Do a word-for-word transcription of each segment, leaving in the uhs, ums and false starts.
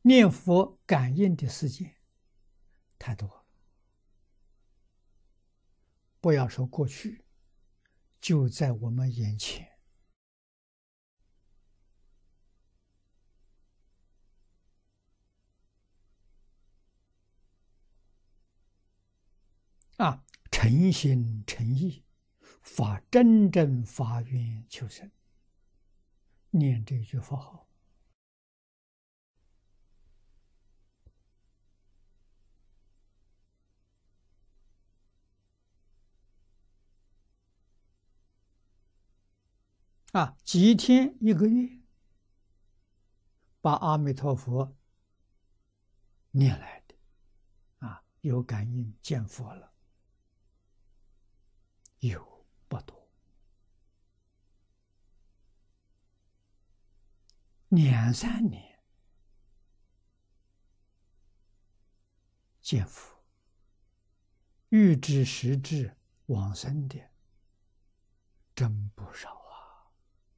念佛感应的事件太多了，不要说过去，就在我们眼前。啊，诚心诚意，发真正发愿求生，念这句佛号。啊，几天一个月，把阿弥陀佛念来的，啊，有感应见佛了，有不多，两三年见佛，预知时至往生的真不少啊，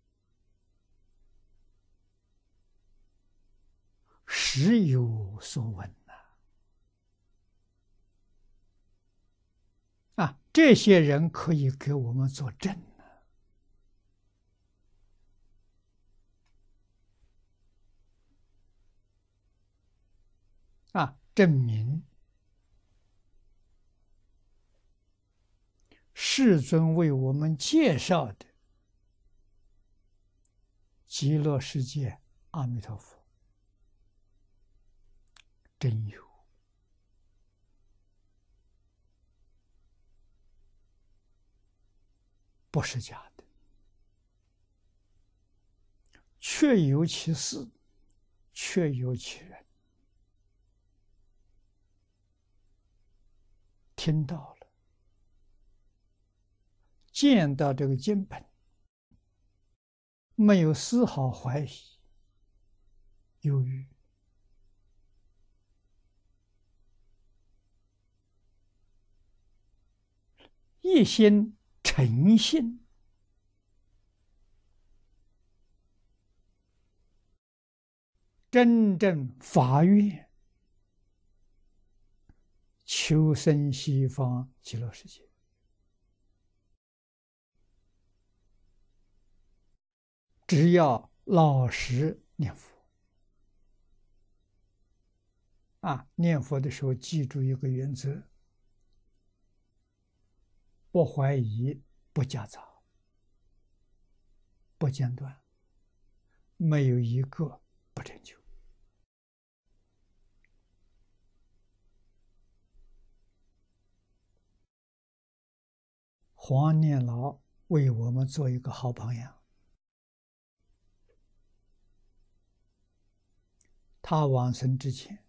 时有所闻呐。啊，这些人可以给我们作证呢。啊，证明世尊为我们介绍的极乐世界阿弥陀佛真有，不是假的，确有其事，确有其人。听到了，见到这个经本，没有丝毫怀疑、犹豫，一心诚信，真正发愿求生西方极乐世界。只要老实念佛，啊，念佛的时候记住一个原则：不怀疑，不夹杂，不间断，没有一个不成就。黄念老为我们做一个好榜样。他往生之前，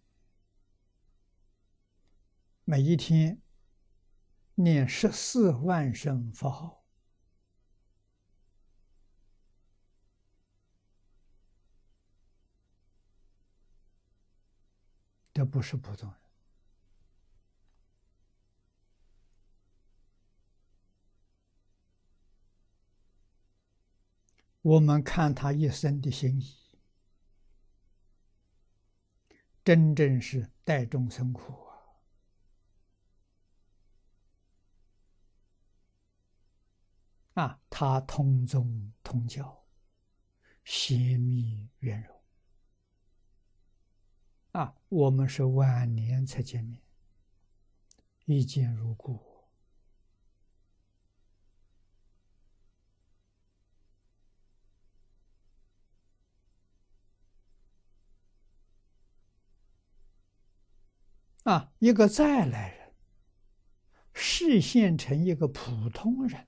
每一天念十四万声佛号，这不是普通人。我们看他一生的心意，真正是代众生苦啊！啊，他通宗通教，显密圆融。啊，我们是晚年才见面，一见如故。啊，一个再来人视现成一个普通人，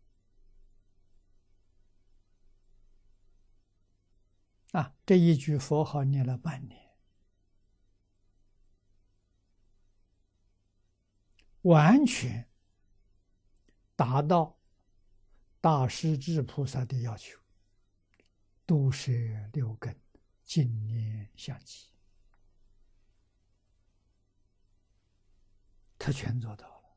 啊，这一句佛号念了半年，完全达到大势至菩萨的要求，都是六根，净念相继，他全做到了。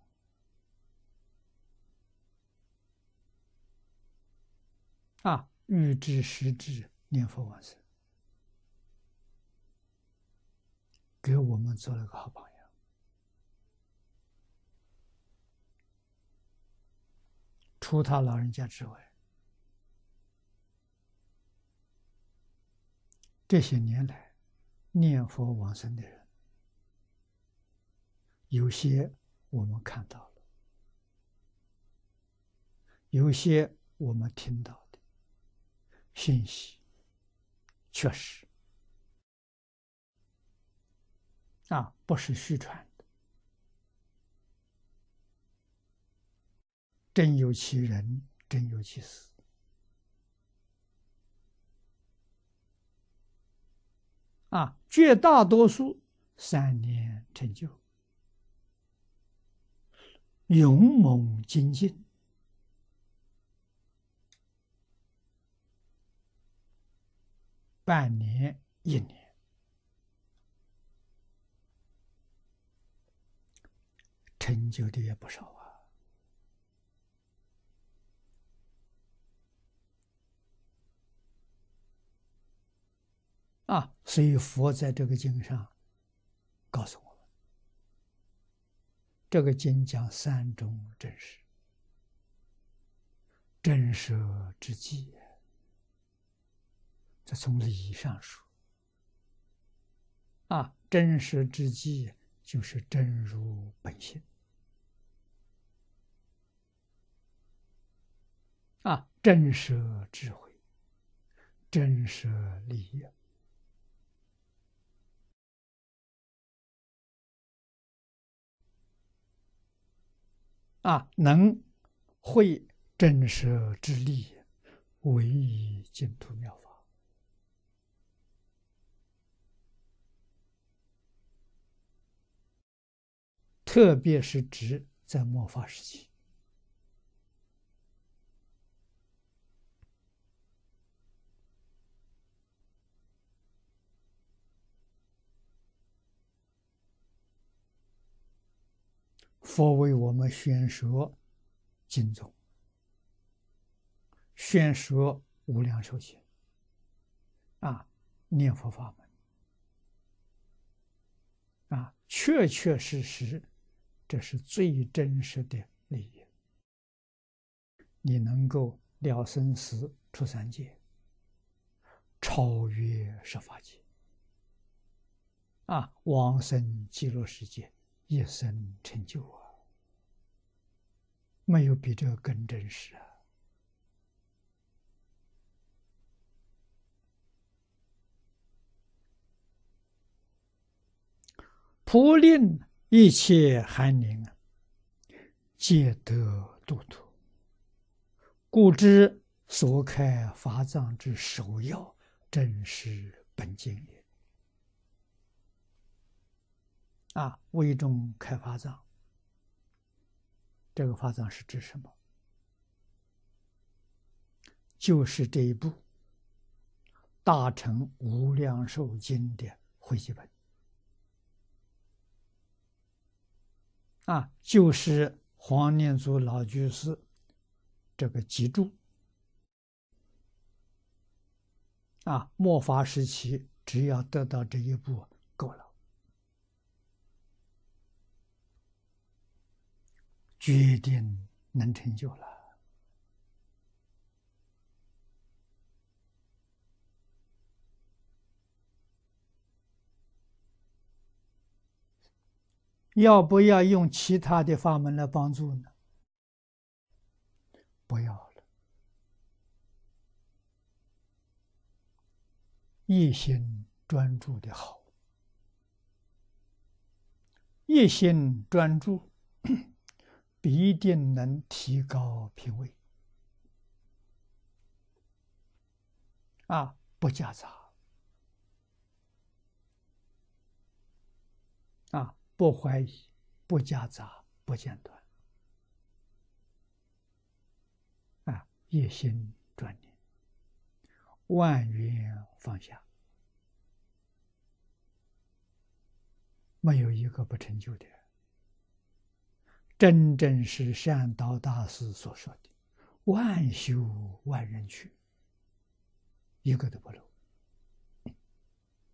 啊，欲知时至，念佛往生。 给我们做了个好榜样。除他老人家之外，这些年来念佛往生的人，有些我们看到了，有些我们听到的信息，确实啊，不是虚传的，真有其人，真有其事。啊，绝大多数三年成就，勇猛精进，半年一年，成就的也不少啊。啊，所以佛在这个经上告诉我们，这个经讲三种真实，真舍之际，这从理上说，啊，真实之际就是真如本性，啊，真舍智慧，真舍利益。啊，能会真实之力，唯以净土妙法。特别是指在末法时期，佛为我们宣说经宗，宣说无量寿经，啊，念佛法门，啊，确确实实，这是最真实的利益。你能够了生死出三界，超越十法界，啊，往生极乐世界，一生成就啊！没有比这个更真实啊！普令一切寒灵，皆得度脱，故知所开法藏之首要，正是本经也。啊，为众开法藏，这个法藏是指什么？就是这一部《大乘无量寿经》的汇集本。啊，就是黄念祖老居士这个集注。啊，末法时期只要得到这一部够了，决定能成就了。要不要用其他的法门来帮助呢？不要了，一心专注的好，一心专注必定能提高品位。啊，不夹杂，啊，不怀疑，不夹杂，不间断，啊，一心专念，万缘放下，没有一个不成就的。真正是善导大师所说的“万修万人去”，一个都不漏。